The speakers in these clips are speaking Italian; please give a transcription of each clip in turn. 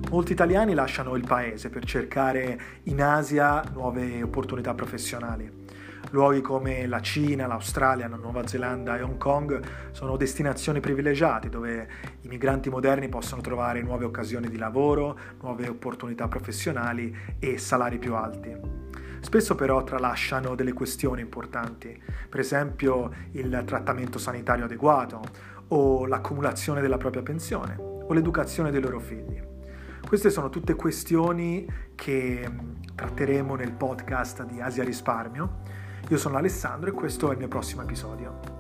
Molti italiani lasciano il paese per cercare in Asia nuove opportunità professionali. Luoghi come la Cina, l'Australia, la Nuova Zelanda e Hong Kong sono destinazioni privilegiate dove i migranti moderni possono trovare nuove occasioni di lavoro, nuove opportunità professionali e salari più alti. Spesso però tralasciano delle questioni importanti, per esempio il trattamento sanitario adeguato o l'accumulazione della propria pensione o l'educazione dei loro figli. Queste sono tutte questioni che tratteremo nel podcast di Asia Risparmio. Io sono Alessandro e questo è il mio prossimo episodio.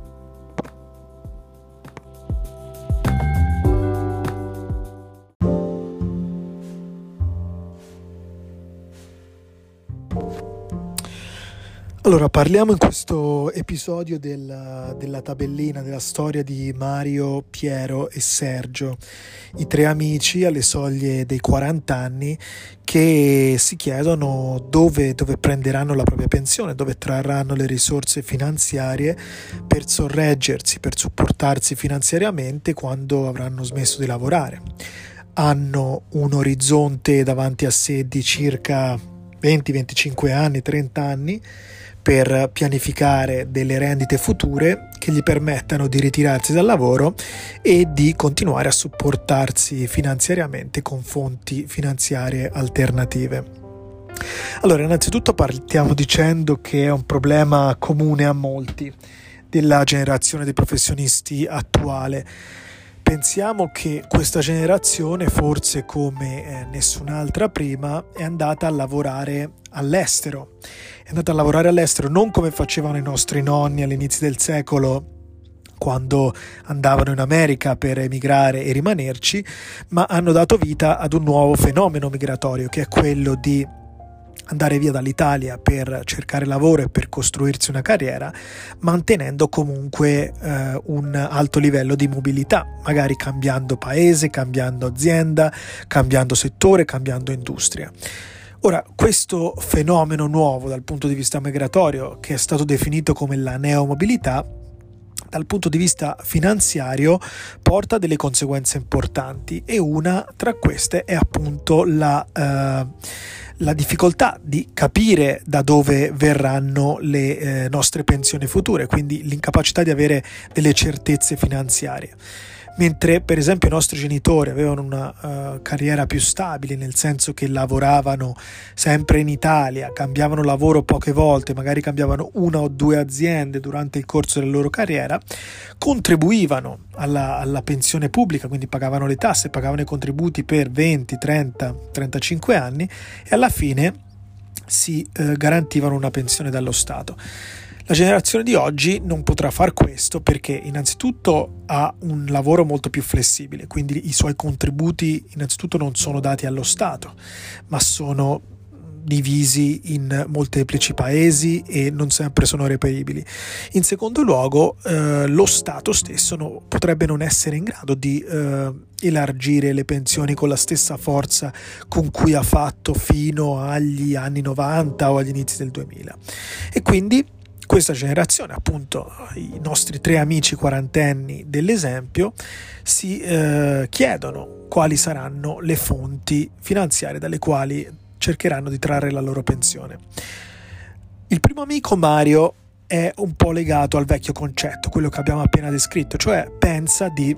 Allora, parliamo in questo episodio della tabellina, della storia di Mario, Piero e Sergio, i tre amici alle soglie dei 40 anni che si chiedono dove prenderanno la propria pensione, dove trarranno le risorse finanziarie per sorreggersi, per supportarsi finanziariamente quando avranno smesso di lavorare. Hanno un orizzonte davanti a sé di circa 20, 25 anni, 30 anni, per pianificare delle rendite future che gli permettano di ritirarsi dal lavoro e di continuare a supportarsi finanziariamente con fonti finanziarie alternative. Allora, innanzitutto partiamo dicendo che è un problema comune a molti della generazione dei professionisti attuale. Pensiamo che questa generazione, forse come nessun'altra prima, è andata a lavorare all'estero. È andata a lavorare all'estero non come facevano i nostri nonni all'inizio del secolo, quando andavano in America per emigrare e rimanerci, ma hanno dato vita ad un nuovo fenomeno migratorio, che è quello di andare via dall'Italia per cercare lavoro e per costruirsi una carriera, mantenendo comunque un alto livello di mobilità, magari cambiando paese, cambiando azienda, cambiando settore, cambiando industria. Ora, questo fenomeno nuovo dal punto di vista migratorio, che è stato definito come la neomobilità, dal punto di vista finanziario porta delle conseguenze importanti, e una tra queste è appunto la difficoltà di capire da dove verranno le nostre pensioni future, quindi l'incapacità di avere delle certezze finanziarie. Mentre per esempio i nostri genitori avevano una carriera più stabile, nel senso che lavoravano sempre in Italia, cambiavano lavoro poche volte, magari cambiavano una o due aziende durante il corso della loro carriera, contribuivano alla pensione pubblica, quindi pagavano le tasse, pagavano i contributi per 20, 30, 35 anni e alla fine si garantivano una pensione dallo Stato. La generazione di oggi non potrà far questo perché innanzitutto ha un lavoro molto più flessibile, quindi i suoi contributi innanzitutto non sono dati allo Stato, ma sono divisi in molteplici paesi e non sempre sono reperibili. In secondo luogo, lo Stato stesso potrebbe non essere in grado di elargire le pensioni con la stessa forza con cui ha fatto fino agli anni 90 o agli inizi del 2000. E quindi questa generazione, appunto i nostri tre amici quarantenni dell'esempio, si chiedono quali saranno le fonti finanziarie dalle quali cercheranno di trarre la loro pensione. Il primo amico, Mario, è un po' legato al vecchio concetto, quello che abbiamo appena descritto, cioè pensa di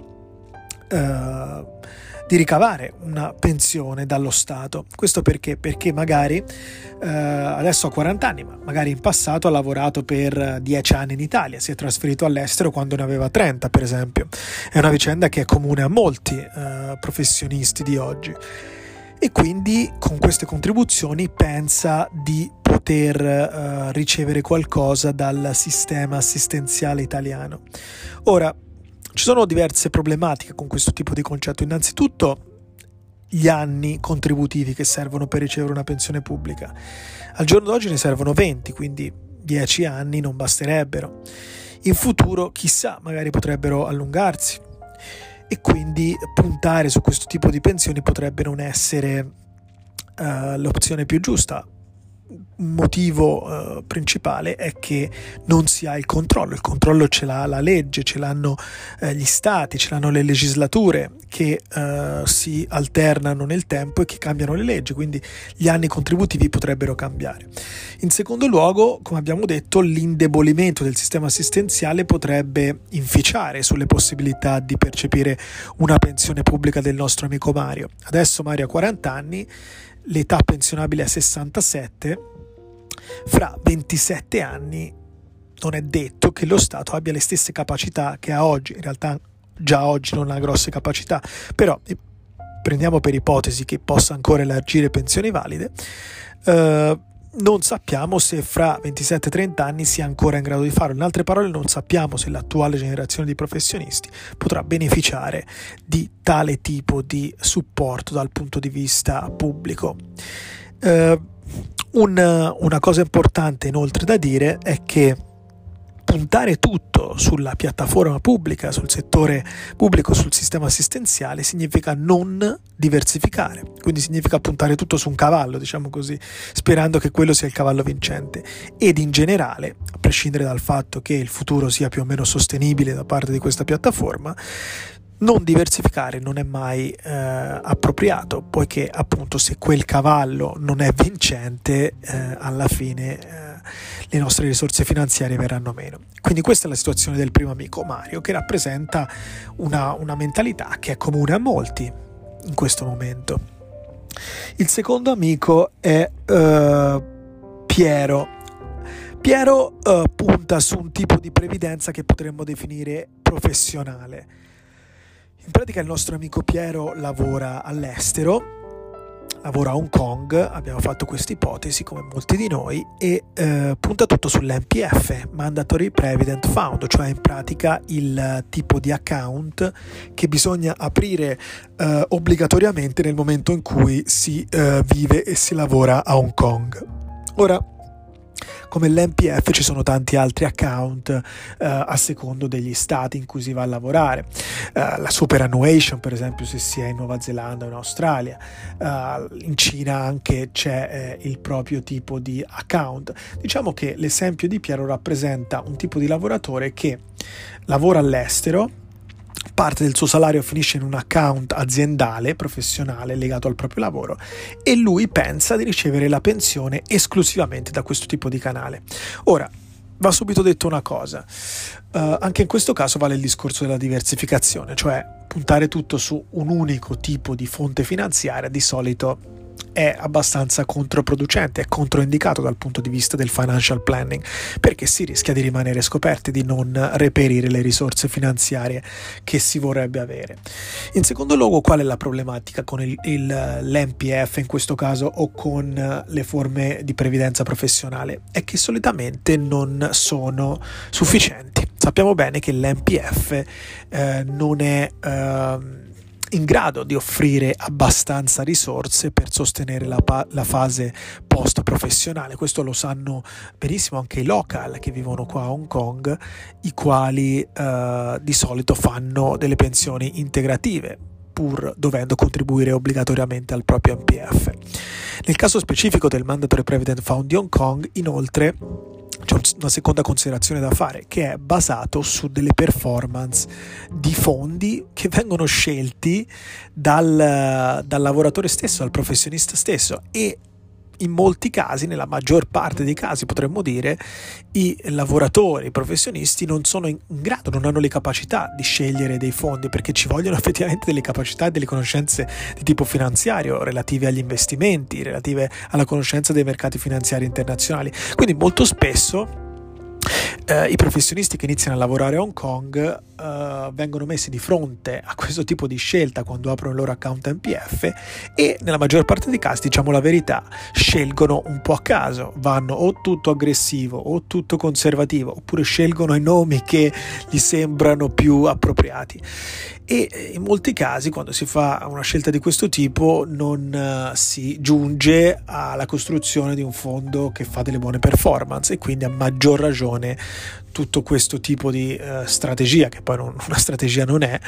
ricavare una pensione dallo Stato. Questo perché? Perché magari adesso ha 40 anni, ma magari in passato ha lavorato per 10 anni in Italia, si è trasferito all'estero quando ne aveva 30, per esempio. È una vicenda che è comune a molti professionisti di oggi. E quindi con queste contribuzioni pensa di poter ricevere qualcosa dal sistema assistenziale italiano. Ora, ci sono diverse problematiche con questo tipo di concetto. Innanzitutto, gli anni contributivi che servono per ricevere una pensione pubblica. Al giorno d'oggi ne servono 20, quindi 10 anni non basterebbero. In futuro, chissà, magari potrebbero allungarsi. E quindi puntare su questo tipo di pensioni potrebbe non essere l'opzione più giusta. un motivo principale è che non si ha il controllo ce l'ha la legge, ce l'hanno gli stati, ce l'hanno le legislature che si alternano nel tempo e che cambiano le leggi, quindi gli anni contributivi potrebbero cambiare. In secondo luogo, come abbiamo detto, l'indebolimento del sistema assistenziale potrebbe inficiare sulle possibilità di percepire una pensione pubblica del nostro amico Mario. Adesso Mario ha 40 anni, l'età pensionabile è 67, fra 27 anni non è detto che lo Stato abbia le stesse capacità che ha oggi. In realtà già oggi non ha grosse capacità, però prendiamo per ipotesi che possa ancora elargire pensioni valide. Non sappiamo se fra 27 e 30 anni sia ancora in grado di farlo. In altre parole, non sappiamo se l'attuale generazione di professionisti potrà beneficiare di tale tipo di supporto dal punto di vista pubblico. Una cosa importante inoltre da dire è che puntare tutto sulla piattaforma pubblica, sul settore pubblico, sul sistema assistenziale, significa non diversificare, quindi significa puntare tutto su un cavallo, diciamo così, sperando che quello sia il cavallo vincente. Ed in generale, a prescindere dal fatto che il futuro sia più o meno sostenibile da parte di questa piattaforma, non diversificare non è mai appropriato, poiché appunto se quel cavallo non è vincente, alla fine le nostre risorse finanziarie verranno meno. Quindi questa è la situazione del primo amico Mario, che rappresenta una mentalità che è comune a molti in questo momento. Il secondo amico è Piero. Piero punta su un tipo di previdenza che potremmo definire professionale. In pratica il nostro amico Piero lavora all'estero, lavora a Hong Kong, abbiamo fatto questa ipotesi come molti di noi, e punta tutto sull'MPF, Mandatory Provident Fund, cioè in pratica il tipo di account che bisogna aprire obbligatoriamente nel momento in cui si vive e si lavora a Hong Kong. Ora, come l'MPF ci sono tanti altri account a secondo degli stati in cui si va a lavorare. La superannuation, per esempio, se si è in Nuova Zelanda o in Australia. In Cina anche c'è il proprio tipo di account. Diciamo che l'esempio di Piero rappresenta un tipo di lavoratore che lavora all'estero, parte del suo salario finisce in un account aziendale, professionale, legato al proprio lavoro, e lui pensa di ricevere la pensione esclusivamente da questo tipo di canale. Ora, va subito detto una cosa, anche in questo caso vale il discorso della diversificazione, cioè puntare tutto su un unico tipo di fonte finanziaria di solito è abbastanza controproducente, è controindicato dal punto di vista del financial planning, perché si rischia di rimanere scoperti, di non reperire le risorse finanziarie che si vorrebbe avere. In secondo luogo, qual è la problematica con l'MPF in questo caso o con le forme di previdenza professionale? È che solitamente non sono sufficienti. Sappiamo bene che l'MPF non è in grado di offrire abbastanza risorse per sostenere la fase post-professionale. Questo lo sanno benissimo anche i local che vivono qua a Hong Kong, i quali di solito fanno delle pensioni integrative, pur dovendo contribuire obbligatoriamente al proprio MPF. Nel caso specifico del Mandatory Provident Fund di Hong Kong, inoltre, c'è una seconda considerazione da fare, che è basato su delle performance di fondi che vengono scelti dal lavoratore stesso, dal professionista stesso, e in molti casi, nella maggior parte dei casi potremmo dire, i lavoratori, i professionisti non sono in grado, non hanno le capacità di scegliere dei fondi, perché ci vogliono effettivamente delle capacità e delle conoscenze di tipo finanziario relative agli investimenti, relative alla conoscenza dei mercati finanziari internazionali. Quindi molto spesso i professionisti che iniziano a lavorare a Hong Kong vengono messi di fronte a questo tipo di scelta quando aprono il loro account MPF e nella maggior parte dei casi, diciamo la verità, scelgono un po' a caso, vanno o tutto aggressivo o tutto conservativo, oppure scelgono i nomi che gli sembrano più appropriati. E in molti casi, quando si fa una scelta di questo tipo, non si giunge alla costruzione di un fondo che fa delle buone performance, e quindi a maggior ragione tutto questo tipo di strategia, che poi una strategia non è,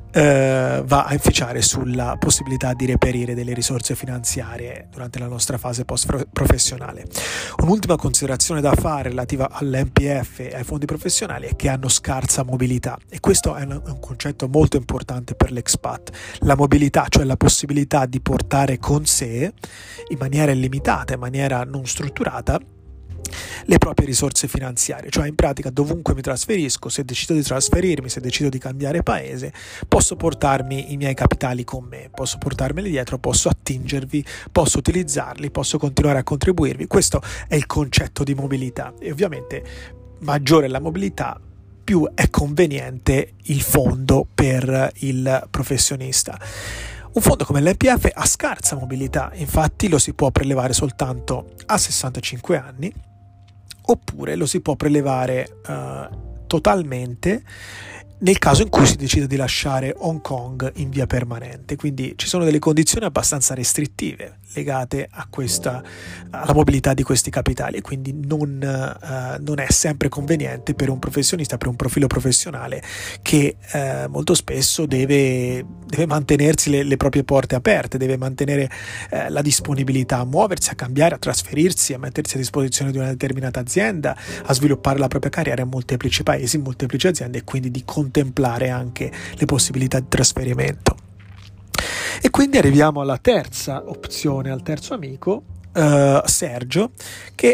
va a inficiare sulla possibilità di reperire delle risorse finanziarie durante la nostra fase post-professionale. Un'ultima considerazione da fare relativa all'NPF e ai fondi professionali è che hanno scarsa mobilità, e questo è un concetto molto importante per l'expat. La mobilità, cioè la possibilità di portare con sé in maniera illimitata, in maniera non strutturata, le proprie risorse finanziarie, cioè in pratica dovunque mi trasferisco, se decido di trasferirmi, se decido di cambiare paese, posso portarmi i miei capitali con me, posso portarmeli dietro, posso attingervi, posso utilizzarli, posso continuare a contribuirvi. Questo è il concetto di mobilità, e ovviamente maggiore la mobilità, più è conveniente il fondo per il professionista. Un fondo come l'NPF ha scarsa mobilità, infatti lo si può prelevare soltanto a 65 anni, oppure lo si può prelevare totalmente nel caso in cui si decida di lasciare Hong Kong in via permanente. Quindi ci sono delle condizioni abbastanza restrittive legate alla mobilità di questi capitali, e quindi non è sempre conveniente per un professionista, per un profilo professionale che molto spesso deve mantenersi le proprie porte aperte, deve mantenere la disponibilità a muoversi, a cambiare, a trasferirsi, a mettersi a disposizione di una determinata azienda, a sviluppare la propria carriera in molteplici paesi, in molteplici aziende, e quindi di contemplare anche le possibilità di trasferimento. E quindi arriviamo alla terza opzione, al terzo amico, Sergio, che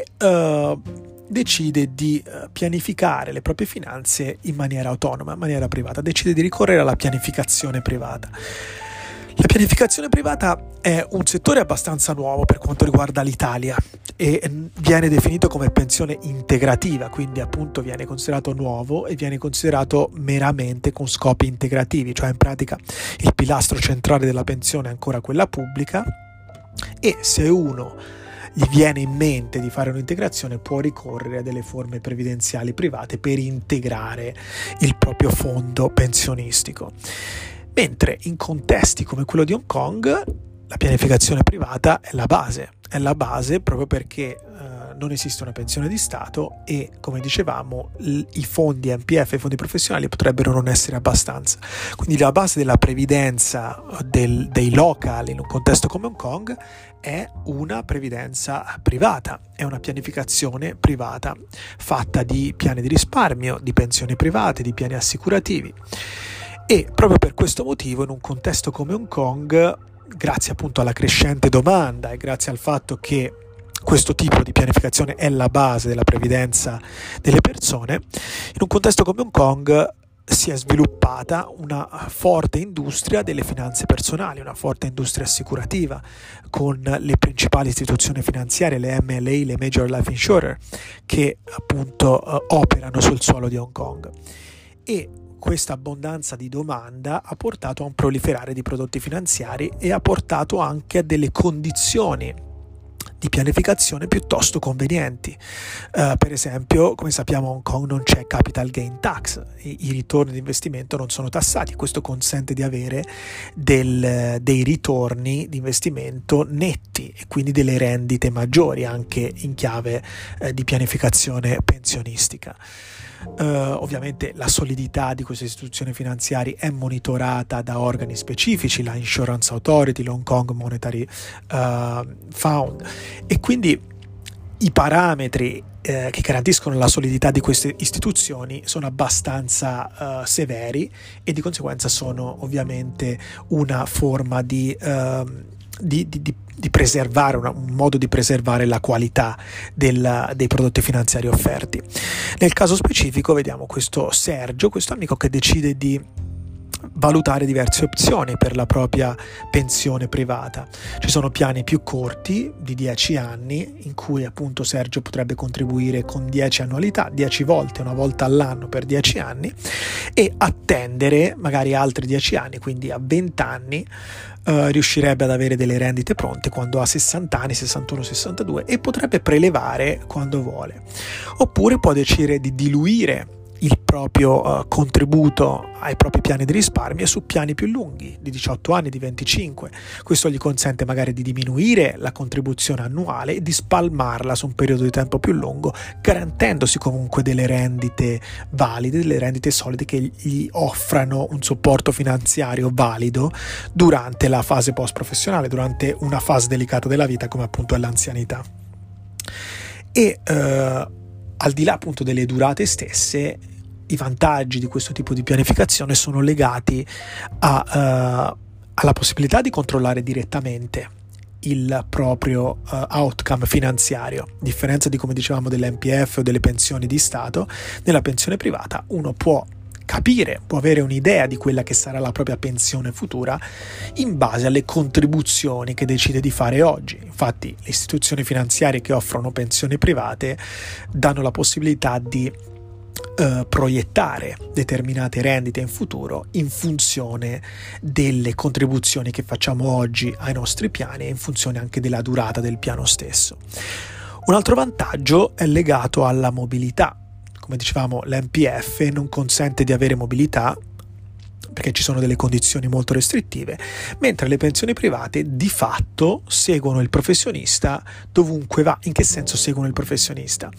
decide di pianificare le proprie finanze in maniera autonoma, in maniera privata, decide di ricorrere alla pianificazione privata. La pianificazione privata è un settore abbastanza nuovo per quanto riguarda l'Italia e viene definito come pensione integrativa, quindi appunto viene considerato nuovo e viene considerato meramente con scopi integrativi, cioè in pratica il pilastro centrale della pensione è ancora quella pubblica, e se uno gli viene in mente di fare un'integrazione può ricorrere a delle forme previdenziali private per integrare il proprio fondo pensionistico. Mentre in contesti come quello di Hong Kong la pianificazione privata è la base proprio perché non esiste una pensione di Stato e, come dicevamo, i fondi NPF e i fondi professionali potrebbero non essere abbastanza. Quindi la base della previdenza dei local in un contesto come Hong Kong è una previdenza privata, è una pianificazione privata fatta di piani di risparmio, di pensioni private, di piani assicurativi. E proprio per questo motivo, in un contesto come Hong Kong, grazie appunto alla crescente domanda e grazie al fatto che questo tipo di pianificazione è la base della previdenza delle persone, in un contesto come Hong Kong si è sviluppata una forte industria delle finanze personali, una forte industria assicurativa, con le principali istituzioni finanziarie, le MLA, le Major Life Insurer, che appunto operano sul suolo di Hong Kong. E questa abbondanza di domanda ha portato a un proliferare di prodotti finanziari e ha portato anche a delle condizioni di pianificazione piuttosto convenienti. Per esempio, come sappiamo, a Hong Kong non c'è capital gain tax, i ritorni di investimento non sono tassati, questo consente di avere dei ritorni di investimento netti e quindi delle rendite maggiori anche in chiave di pianificazione pensionistica. Ovviamente la solidità di queste istituzioni finanziarie è monitorata da organi specifici, la Insurance Authority, l'Hong Kong Monetary Fund, e quindi i parametri che garantiscono la solidità di queste istituzioni sono abbastanza severi e di conseguenza sono ovviamente una forma di preservare, un modo di preservare la qualità dei prodotti finanziari offerti. Nel caso specifico vediamo questo Sergio, questo amico che decide di valutare diverse opzioni per la propria pensione privata. Ci sono piani più corti di 10 anni in cui appunto Sergio potrebbe contribuire con 10 annualità, 10 volte, una volta all'anno per 10 anni, e attendere magari altri 10 anni, quindi a 20 anni riuscirebbe ad avere delle rendite pronte quando ha 60 anni, 61, 62, e potrebbe prelevare quando vuole. Oppure può decidere di diluire il proprio contributo ai propri piani di risparmio su piani più lunghi, di 18 anni, di 25. Questo gli consente magari di diminuire la contribuzione annuale e di spalmarla su un periodo di tempo più lungo, garantendosi comunque delle rendite valide, delle rendite solide che gli offrano un supporto finanziario valido durante la fase post-professionale, durante una fase delicata della vita come appunto è l'anzianità. E al di là appunto delle durate stesse, i vantaggi di questo tipo di pianificazione sono legati alla possibilità di controllare direttamente il proprio outcome finanziario. A differenza di, come dicevamo, dell'NPF o delle pensioni di Stato, nella pensione privata uno può capire, può avere un'idea di quella che sarà la propria pensione futura in base alle contribuzioni che decide di fare oggi. Infatti le istituzioni finanziarie che offrono pensioni private danno la possibilità di proiettare determinate rendite in futuro in funzione delle contribuzioni che facciamo oggi ai nostri piani e in funzione anche della durata del piano stesso. Un altro vantaggio è legato alla mobilità. Come dicevamo, l'NPF non consente di avere mobilità perché ci sono delle condizioni molto restrittive, mentre le pensioni private di fatto seguono il professionista dovunque va. In che senso seguono il professionista?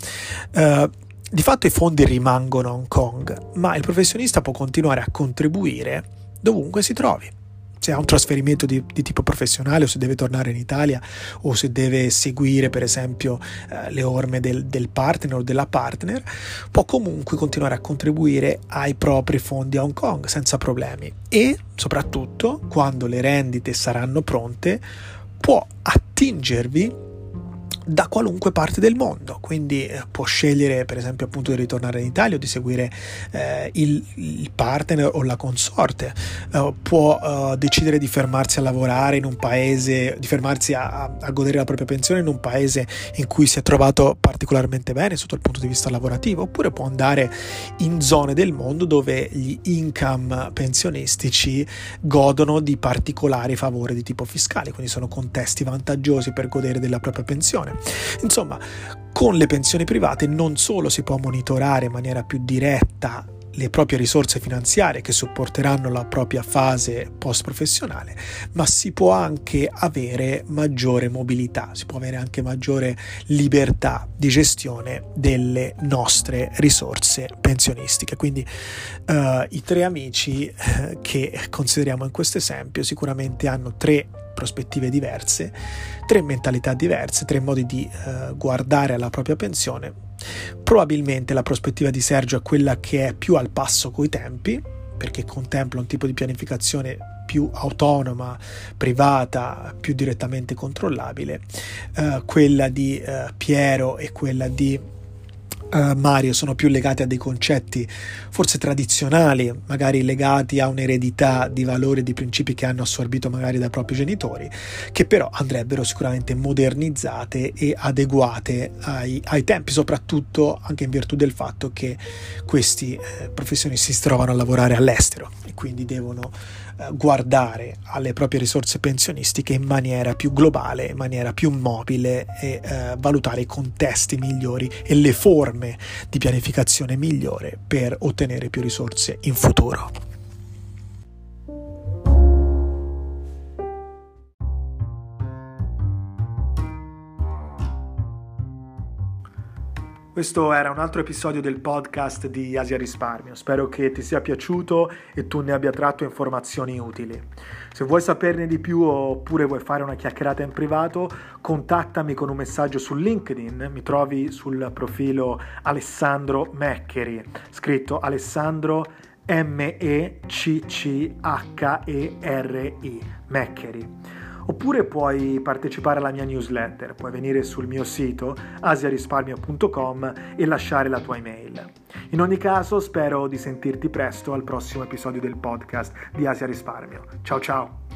Di fatto i fondi rimangono a Hong Kong, ma il professionista può continuare a contribuire dovunque si trovi. Se ha un trasferimento di tipo professionale, o se deve tornare in Italia, o se deve seguire per esempio le orme del partner o della partner, può comunque continuare a contribuire ai propri fondi a Hong Kong senza problemi. E soprattutto, quando le rendite saranno pronte, può attingervi da qualunque parte del mondo, quindi può scegliere per esempio appunto di ritornare in Italia o di seguire il partner o la consorte, può decidere di fermarsi a lavorare in un paese, di fermarsi a godere la propria pensione in un paese in cui si è trovato particolarmente bene sotto il punto di vista lavorativo, oppure può andare in zone del mondo dove gli income pensionistici godono di particolari favori di tipo fiscale, quindi sono contesti vantaggiosi per godere della propria pensione. Insomma, con le pensioni private non solo si può monitorare in maniera più diretta le proprie risorse finanziarie che supporteranno la propria fase post-professionale, ma si può anche avere maggiore mobilità, si può avere anche maggiore libertà di gestione delle nostre risorse pensionistiche. Quindi i tre amici che consideriamo in questo esempio sicuramente hanno tre prospettive diverse, tre mentalità diverse, tre modi di guardare alla propria pensione. Probabilmente la prospettiva di Sergio è quella che è più al passo coi tempi, perché contempla un tipo di pianificazione più autonoma, privata, più direttamente controllabile. Quella di Piero e quella di Mario sono più legati a dei concetti forse tradizionali, magari legati a un'eredità di valori e di principi che hanno assorbito magari dai propri genitori, che però andrebbero sicuramente modernizzate e adeguate ai tempi, soprattutto anche in virtù del fatto che questi professionisti si trovano a lavorare all'estero e quindi devono guardare alle proprie risorse pensionistiche in maniera più globale, in maniera più mobile e valutare i contesti migliori e le forme di pianificazione migliore per ottenere più risorse in futuro. Questo era un altro episodio del podcast di Asia Risparmio. Spero che ti sia piaciuto e tu ne abbia tratto informazioni utili. Se vuoi saperne di più oppure vuoi fare una chiacchierata in privato, contattami con un messaggio su LinkedIn. Mi trovi sul profilo Alessandro Meccheri, scritto Alessandro Meccheri, Meccheri. Oppure puoi partecipare alla mia newsletter, puoi venire sul mio sito asiarisparmio.com e lasciare la tua email. In ogni caso spero di sentirti presto al prossimo episodio del podcast di Asia Risparmio. Ciao ciao!